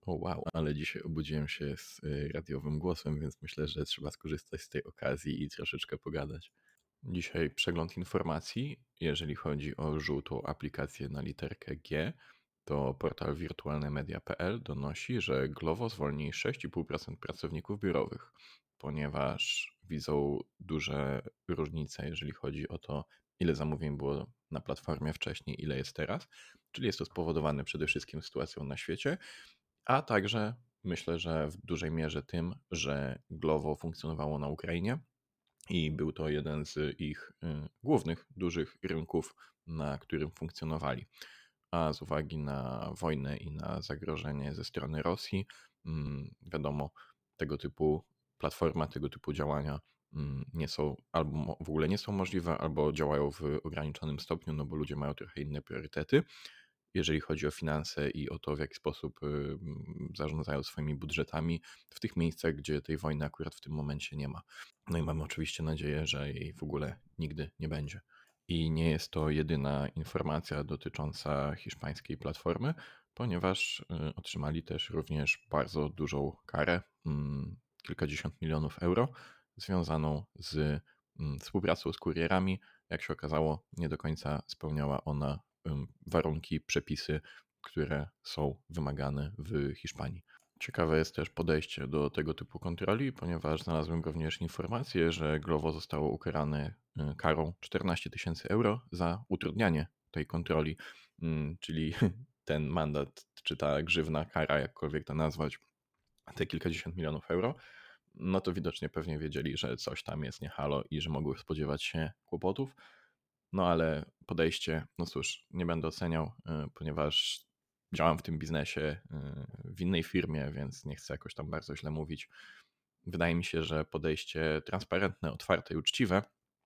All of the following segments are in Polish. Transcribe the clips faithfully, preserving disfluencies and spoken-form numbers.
O wow, ale dzisiaj obudziłem się z y, radiowym głosem, więc myślę, że trzeba skorzystać z tej okazji i troszeczkę pogadać. Dzisiaj przegląd informacji. Jeżeli chodzi o żółtą aplikację na literkę G, to portal wirtualnemedia kropka p l donosi, że Glovo zwolni sześć i pół procent pracowników biurowych, ponieważ widzą duże różnice, jeżeli chodzi o to, ile zamówień było na platformie wcześniej, ile jest teraz. Czyli jest to spowodowane przede wszystkim sytuacją na świecie, a także myślę, że w dużej mierze tym, że Glovo funkcjonowało na Ukrainie i był to jeden z ich y, głównych, dużych rynków, na którym funkcjonowali. A z uwagi na wojnę i na zagrożenie ze strony Rosji, mm, wiadomo, tego typu platforma, tego typu działania mm, nie są albo mo- w ogóle nie są możliwe, albo działają w ograniczonym stopniu, no bo ludzie mają trochę inne priorytety, jeżeli chodzi o finanse i o to, w jaki sposób y, mm, zarządzają swoimi budżetami w tych miejscach, gdzie tej wojny akurat w tym momencie nie ma. No i mamy oczywiście nadzieję, że jej w ogóle nigdy nie będzie. I nie jest to jedyna informacja dotycząca hiszpańskiej platformy, ponieważ y, otrzymali też również bardzo dużą karę, mm, kilkadziesiąt milionów euro, związaną z mm, współpracą z kurierami. Jak się okazało, nie do końca spełniała ona ym, warunki, przepisy, które są wymagane w Hiszpanii. Ciekawe jest też podejście do tego typu kontroli, ponieważ znalazłem również informację, że Glovo zostało ukarane y, karą czternaście tysięcy euro za utrudnianie tej kontroli, Mm, czyli ten mandat, czy ta grzywna, kara, jakkolwiek to nazwać, te kilkadziesiąt milionów euro, no to widocznie pewnie wiedzieli, że coś tam jest nie halo i że mogły spodziewać się kłopotów. No ale podejście, no cóż, nie będę oceniał, y, ponieważ działam w tym biznesie y, w innej firmie, więc nie chcę jakoś tam bardzo źle mówić. Wydaje mi się, że podejście transparentne, otwarte i uczciwe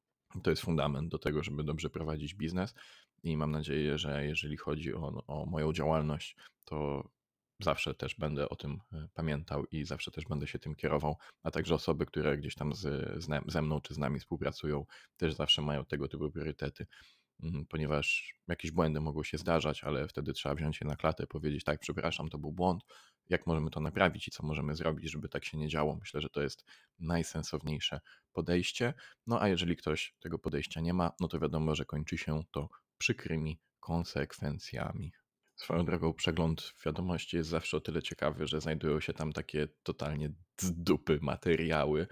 to jest fundament do tego, żeby dobrze prowadzić biznes i mam nadzieję, że jeżeli chodzi o, o moją działalność, to zawsze też będę o tym e, pamiętał i zawsze też będę się tym kierował, a także osoby, które gdzieś tam z, z, ze mną czy z nami współpracują, też zawsze mają tego typu priorytety. Mhm, ponieważ jakieś błędy mogą się zdarzać, ale wtedy trzeba wziąć je na klatę, powiedzieć tak, przepraszam, to był błąd, jak możemy to naprawić i co możemy zrobić, żeby tak się nie działo. Myślę, że to jest najsensowniejsze podejście. No a jeżeli ktoś tego podejścia nie ma, no to wiadomo, że kończy się to przykrymi konsekwencjami. Swoją drogą przegląd wiadomości jest zawsze o tyle ciekawy, że znajdują się tam takie totalnie z dupy materiały,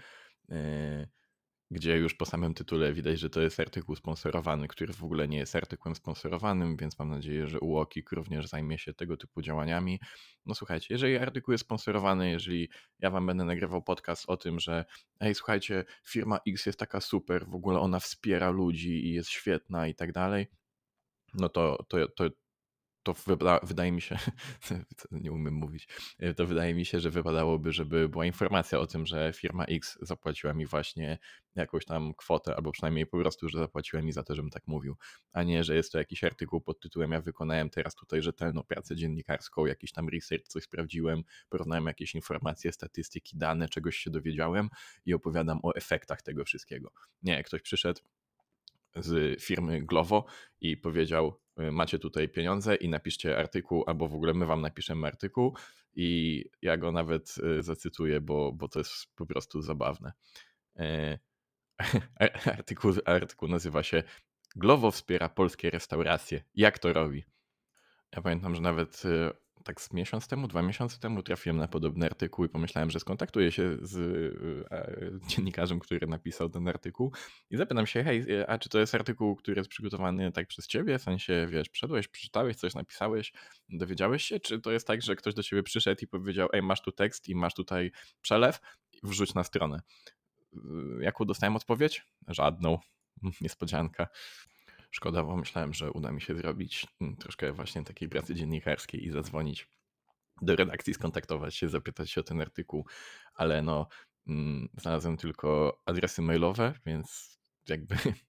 yy, gdzie już po samym tytule widać, że to jest artykuł sponsorowany, który w ogóle nie jest artykułem sponsorowanym, więc mam nadzieję, że UOKiK również zajmie się tego typu działaniami. No słuchajcie, jeżeli artykuł jest sponsorowany, jeżeli ja wam będę nagrywał podcast o tym, że ej, słuchajcie, firma X jest taka super, w ogóle ona wspiera ludzi i jest świetna i tak dalej, no to, to, to, to wyda, wydaje mi się, nie umiem mówić, to wydaje mi się, że wypadałoby, żeby była informacja o tym, że firma X zapłaciła mi właśnie jakąś tam kwotę, albo przynajmniej po prostu, że zapłaciła mi za to, żebym tak mówił, a nie, że jest to jakiś artykuł pod tytułem ja wykonałem teraz tutaj rzetelną pracę dziennikarską, jakiś tam research, coś sprawdziłem, porównałem jakieś informacje, statystyki, dane, czegoś się dowiedziałem i opowiadam o efektach tego wszystkiego. Nie, ktoś przyszedł z firmy Glovo i powiedział: macie tutaj pieniądze i napiszcie artykuł, albo w ogóle my wam napiszemy artykuł i ja go nawet y, zacytuję, bo, bo to jest po prostu zabawne. E, Artykuł, artykuł nazywa się Glovo wspiera polskie restauracje. Jak to robi? Ja pamiętam, że nawet y, tak z miesiąc temu, dwa miesiące temu trafiłem na podobny artykuł i pomyślałem, że skontaktuję się z y, e, dziennikarzem, który napisał ten artykuł i zapytam się, hej, y, a czy to jest artykuł, który jest przygotowany tak przez ciebie? W sensie, wiesz, przyszedłeś, przeczytałeś, coś napisałeś, dowiedziałeś się? Czy to jest tak, że ktoś do ciebie przyszedł i powiedział, ej, masz tu tekst i masz tutaj przelew, wrzuć na stronę. Y, Jaką dostałem odpowiedź? Żadną. Niespodzianka. Szkoda, bo myślałem, że uda mi się zrobić mm, troszkę właśnie takiej pracy dziennikarskiej i zadzwonić do redakcji, skontaktować się, zapytać się o ten artykuł, ale no mm, znalazłem tylko adresy mailowe, więc jakby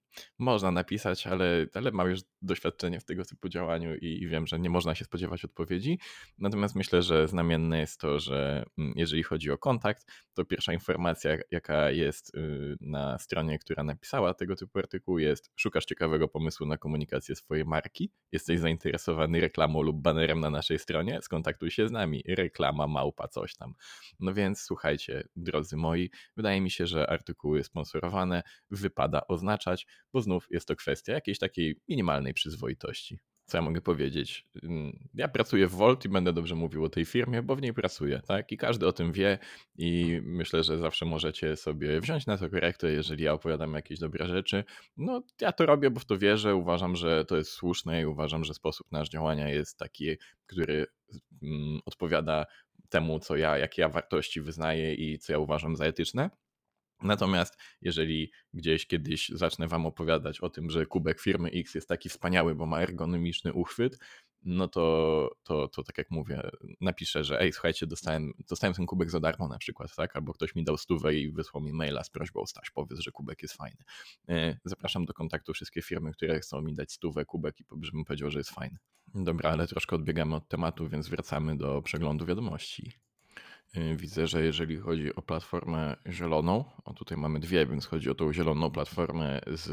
Można napisać, ale, ale mam już doświadczenie w tego typu działaniu i, i wiem, że nie można się spodziewać odpowiedzi. Natomiast myślę, że znamienne jest to, że mm, jeżeli chodzi o kontakt, to pierwsza informacja, jaka jest y, na stronie, która napisała tego typu artykuł, jest: szukasz ciekawego pomysłu na komunikację swojej marki, jesteś zainteresowany reklamą lub banerem na naszej stronie, skontaktuj się z nami, reklama małpa coś tam. No więc słuchajcie, drodzy moi, wydaje mi się, że artykuły sponsorowane wypada oznaczać, bo znów jest to kwestia jakiejś takiej minimalnej przyzwoitości. Co ja mogę powiedzieć? Ja pracuję w Volt i będę dobrze mówił o tej firmie, bo w niej pracuję, tak? I każdy o tym wie i myślę, że zawsze możecie sobie wziąć na to korektę, jeżeli ja opowiadam jakieś dobre rzeczy. No ja to robię, bo w to wierzę, uważam, że to jest słuszne i uważam, że sposób nasz działania jest taki, który mm, odpowiada temu, co ja, jakie ja wartości wyznaję i co ja uważam za etyczne. Natomiast jeżeli gdzieś kiedyś zacznę wam opowiadać o tym, że kubek firmy X jest taki wspaniały, bo ma ergonomiczny uchwyt, no to, to, to tak jak mówię, napiszę, że ej, słuchajcie, dostałem, dostałem ten kubek za darmo na przykład, tak? Albo ktoś mi dał stówę i wysłał mi maila z prośbą: Staś, powiedz, że kubek jest fajny. Zapraszam do kontaktu wszystkie firmy, które chcą mi dać stówę, kubek i żebym powiedział, że jest fajny. Dobra, ale troszkę odbiegamy od tematu, więc wracamy do przeglądu wiadomości. Widzę, że jeżeli chodzi o platformę zieloną, o tutaj mamy dwie, więc chodzi o tą zieloną platformę z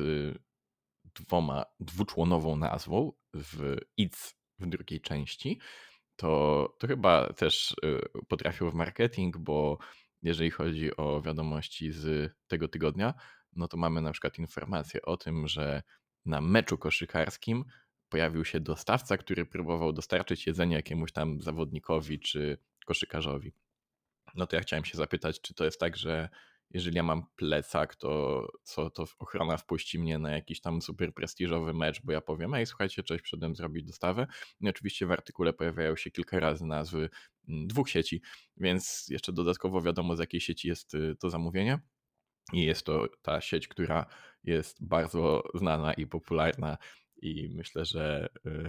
dwoma, dwuczłonową nazwą w I C w drugiej części, to, to chyba też potrafią w marketing, bo jeżeli chodzi o wiadomości z tego tygodnia, no to mamy na przykład informację o tym, że na meczu koszykarskim pojawił się dostawca, który próbował dostarczyć jedzenie jakiemuś tam zawodnikowi czy koszykarzowi. No to ja chciałem się zapytać, czy to jest tak, że jeżeli ja mam plecak, to co, to ochrona wpuści mnie na jakiś tam super prestiżowy mecz, bo ja powiem: ej, słuchajcie, cześć, przyszedłem zrobić dostawę. No i oczywiście w artykule pojawiają się kilka razy nazwy dwóch sieci, więc jeszcze dodatkowo wiadomo, z jakiej sieci jest to zamówienie. I jest to ta sieć, która jest bardzo znana i popularna i myślę, że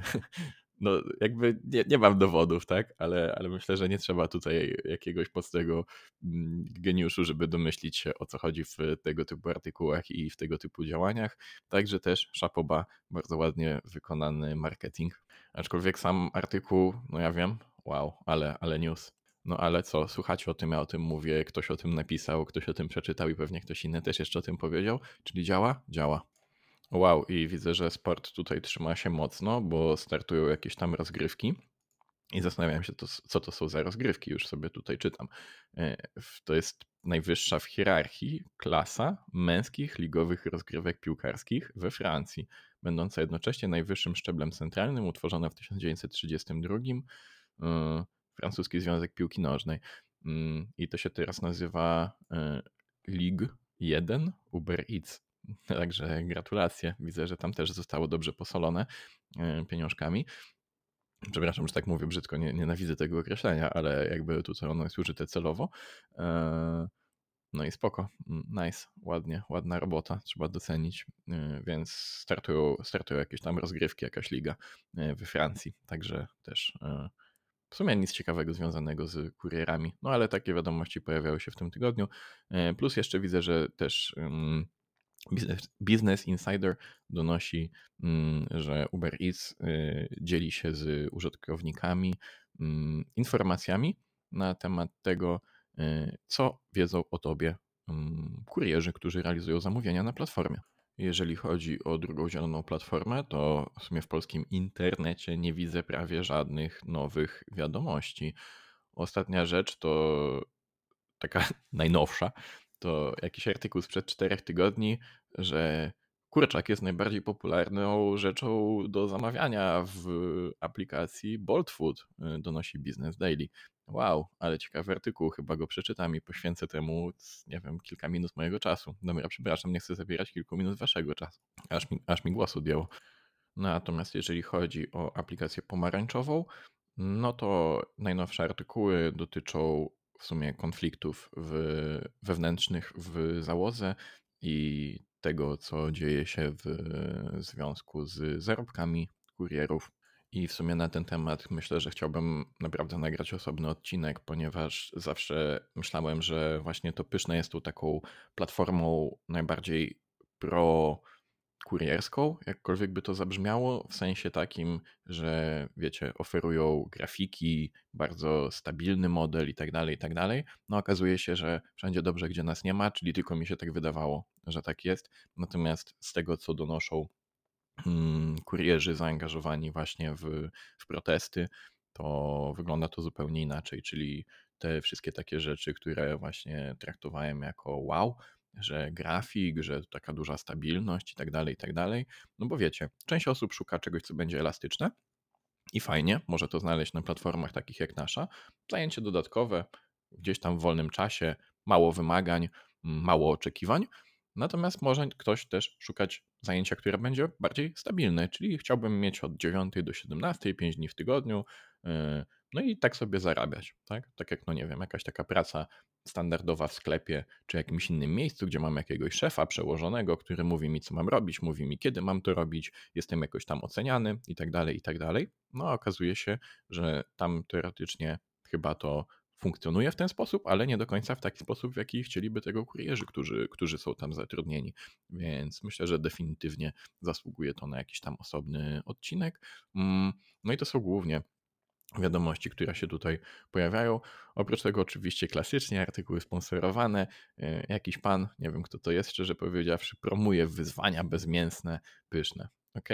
no jakby nie, nie mam dowodów, tak, ale, ale myślę, że nie trzeba tutaj jakiegoś mocnego geniuszu, żeby domyślić się, o co chodzi w tego typu artykułach i w tego typu działaniach. Także też szapoba, bardzo ładnie wykonany marketing. Aczkolwiek sam artykuł, no ja wiem, wow, ale, ale news. No ale co, słuchacie o tym, ja o tym mówię, ktoś o tym napisał, ktoś o tym przeczytał i pewnie ktoś inny też jeszcze o tym powiedział. Czyli działa? Działa. Wow, i widzę, że sport tutaj trzyma się mocno, bo startują jakieś tam rozgrywki i zastanawiam się, to, co to są za rozgrywki, już sobie tutaj czytam. To jest najwyższa w hierarchii klasa męskich ligowych rozgrywek piłkarskich we Francji, będąca jednocześnie najwyższym szczeblem centralnym, utworzona w tysiąc dziewięćset trzydziestym drugim. Francuski Związek Piłki Nożnej. I to się teraz nazywa Ligue jeden Uber Eats. Także gratulacje. Widzę, że tam też zostało dobrze posolone pieniążkami. Przepraszam, że tak mówię brzydko, nie, nienawidzę tego określenia, ale jakby tutaj ono jest użyte celowo. No i spoko, nice, ładnie, ładna robota, trzeba docenić, więc startują, startują jakieś tam rozgrywki, jakaś liga we Francji, także też w sumie nic ciekawego związanego z kurierami, no ale takie wiadomości pojawiały się w tym tygodniu, plus jeszcze widzę, że też Business Insider donosi, że Uber Eats dzieli się z użytkownikami informacjami na temat tego, co wiedzą o tobie kurierzy, którzy realizują zamówienia na platformie. Jeżeli chodzi o drugą zieloną platformę, to w sumie w polskim internecie nie widzę prawie żadnych nowych wiadomości. Ostatnia rzecz to taka najnowsza, to jakiś artykuł sprzed czterech tygodni, że kurczak jest najbardziej popularną rzeczą do zamawiania w aplikacji Bolt Food, donosi Business Daily. Wow, ale ciekawy artykuł, chyba go przeczytam i poświęcę temu, nie wiem, kilka minut mojego czasu. Dobra, przepraszam, nie chcę zabierać kilku minut waszego czasu. Aż mi, aż mi głos odjęło. Natomiast jeżeli chodzi o aplikację pomarańczową, no to najnowsze artykuły dotyczą w sumie konfliktów w, wewnętrznych w załodze i tego, co dzieje się w związku z zarobkami kurierów. I w sumie na ten temat myślę, że chciałbym naprawdę nagrać osobny odcinek, ponieważ zawsze myślałem, że właśnie to Pyszne jest tu taką platformą najbardziej pro kurierską, jakkolwiek by to zabrzmiało, w sensie takim, że wiecie, oferują grafiki, bardzo stabilny model i tak dalej, i tak dalej. No okazuje się, że wszędzie dobrze, gdzie nas nie ma, czyli tylko mi się tak wydawało, że tak jest. Natomiast z tego, co donoszą mm, kurierzy zaangażowani właśnie w, w protesty, to wygląda to zupełnie inaczej, czyli te wszystkie takie rzeczy, które właśnie traktowałem jako wow, że grafik, że taka duża stabilność i tak dalej, i tak dalej. No bo wiecie, część osób szuka czegoś, co będzie elastyczne i fajnie, może to znaleźć na platformach takich jak nasza. Zajęcie dodatkowe, gdzieś tam w wolnym czasie, mało wymagań, mało oczekiwań. Natomiast może ktoś też szukać zajęcia, które będzie bardziej stabilne, czyli chciałbym mieć od dziewiątej do siedemnastej, pięć dni w tygodniu, yy, no i tak sobie zarabiać, tak? Tak jak, no nie wiem, jakaś taka praca standardowa w sklepie czy jakimś innym miejscu, gdzie mam jakiegoś szefa przełożonego, który mówi mi, co mam robić, mówi mi, kiedy mam to robić, jestem jakoś tam oceniany i tak dalej, i tak dalej. No a okazuje się, że tam teoretycznie chyba to funkcjonuje w ten sposób, ale nie do końca w taki sposób, w jaki chcieliby tego kurierzy, którzy, którzy są tam zatrudnieni. Więc myślę, że definitywnie zasługuje to na jakiś tam osobny odcinek. Mm, No i to są głównie wiadomości, które się tutaj pojawiają. Oprócz tego oczywiście klasycznie artykuły sponsorowane. E, Jakiś pan, nie wiem kto to jest, szczerze powiedziawszy, promuje wyzwania bezmięsne, pyszne. Ok?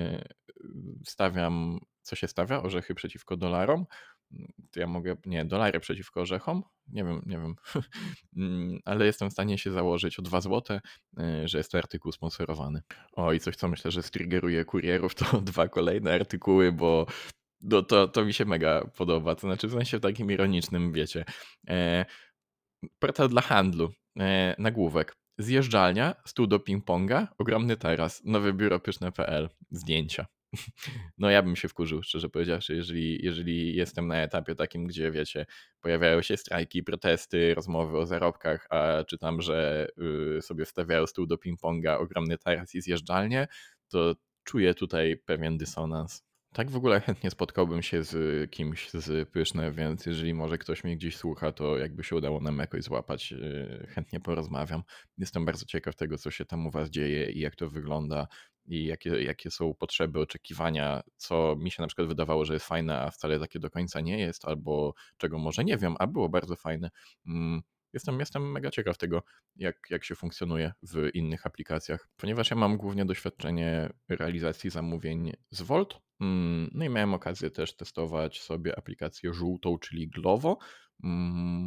Stawiam, co się stawia? Orzechy przeciwko dolarom. To ja mogę, nie, dolary przeciwko orzechom? Nie wiem, nie wiem. Mm, Ale jestem w stanie się założyć o dwa złote, e, że jest to artykuł sponsorowany. O i coś, co myślę, że striggeruje kurierów, to dwa kolejne artykuły, bo no to, to mi się mega podoba. To znaczy w sensie takim ironicznym, wiecie. E, portal dla handlu. E, nagłówek. Zjeżdżalnia, stół do ping-ponga, ogromny taras, nowe biuro pyszne kropka p l. Zdjęcia. No ja bym się wkurzył, szczerze powiedziawszy, jeżeli, jeżeli jestem na etapie takim, gdzie wiecie, pojawiają się strajki, protesty, rozmowy o zarobkach, a czytam, że y, sobie wstawiają stół do ping-ponga, ogromny taras i zjeżdżalnię, to czuję tutaj pewien dysonans. Tak w ogóle chętnie spotkałbym się z kimś z Pyszne, więc jeżeli może ktoś mnie gdzieś słucha, to jakby się udało nam jakoś złapać, yy, chętnie porozmawiam. Jestem bardzo ciekaw tego, co się tam u was dzieje i jak to wygląda i jakie, jakie są potrzeby, oczekiwania, co mi się na przykład wydawało, że jest fajne, a wcale takie do końca nie jest, albo czego może nie wiem, a było bardzo fajne. Mm, Jestem, jestem mega ciekaw tego, jak, jak się funkcjonuje w innych aplikacjach, ponieważ ja mam głównie doświadczenie realizacji zamówień z Volt. mm, No i miałem okazję też testować sobie aplikację żółtą, czyli Glovo. mm,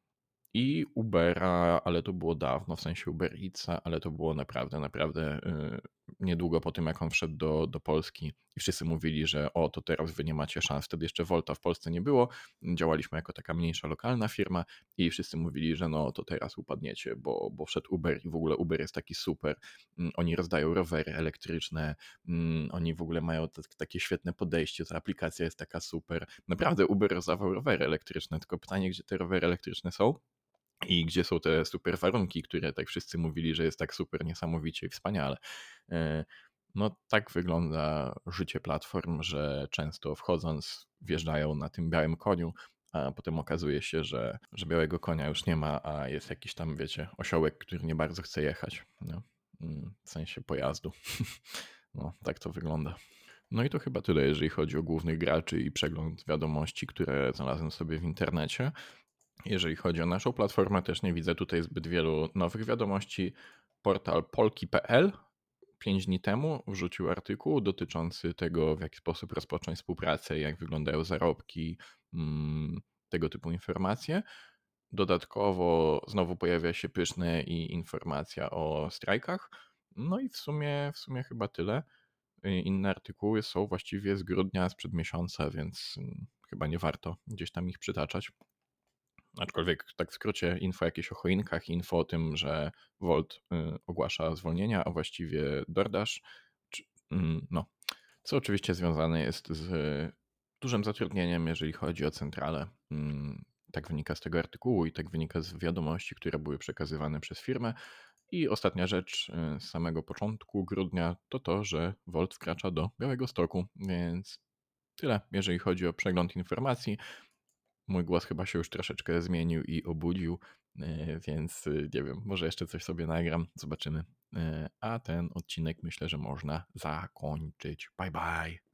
I Ubera, ale to było dawno, w sensie Uber Eatsa, ale to było naprawdę, naprawdę yy, niedługo po tym, jak on wszedł do, do Polski i wszyscy mówili, że o, to teraz wy nie macie szans. Wtedy jeszcze Volta w Polsce nie było. Działaliśmy jako taka mniejsza, lokalna firma i wszyscy mówili, że no, to teraz upadniecie, bo, bo wszedł Uber i w ogóle Uber jest taki super. Mm, Oni rozdają rowery elektryczne, mm, oni w ogóle mają t- takie świetne podejście, ta aplikacja jest taka super. Naprawdę Uber rozdawał rowery elektryczne, tylko pytanie, gdzie te rowery elektryczne są? I gdzie są te super warunki, które tak wszyscy mówili, że jest tak super niesamowicie i wspaniale. E, No tak wygląda życie platform, że często wchodząc wjeżdżają na tym białym koniu, a potem okazuje się, że, że białego konia już nie ma, a jest jakiś tam, wiecie, osiołek, który nie bardzo chce jechać. No, mm, w sensie pojazdu. No, tak to wygląda. No i to chyba tyle, jeżeli chodzi o głównych graczy i przegląd wiadomości, które znalazłem sobie w internecie. Jeżeli chodzi o naszą platformę, też nie widzę tutaj zbyt wielu nowych wiadomości. Portal polki kropka p l pięć dni temu wrzucił artykuł dotyczący tego, w jaki sposób rozpocząć współpracę, jak wyglądają zarobki, mm, tego typu informacje. Dodatkowo znowu pojawia się Pyszne i informacja o strajkach. No i w sumie, w sumie chyba tyle. Inne artykuły są właściwie z grudnia, sprzed miesiąca, więc mm, chyba nie warto gdzieś tam ich przytaczać. Aczkolwiek tak w skrócie info jakieś o choinkach, info o tym, że Volt y, ogłasza zwolnienia, a właściwie DoorDash, czy, mm, no, co oczywiście związane jest z dużym zatrudnieniem, jeżeli chodzi o centralę. Mm, Tak wynika z tego artykułu i tak wynika z wiadomości, które były przekazywane przez firmę. I ostatnia rzecz y, z samego początku grudnia to to, że Volt wkracza do Białegostoku, więc tyle, jeżeli chodzi o przegląd informacji. Mój głos chyba się już troszeczkę zmienił i obudził, e, więc e, nie wiem, może jeszcze coś sobie nagram, zobaczymy. E, A ten odcinek myślę, że można zakończyć. Bye bye.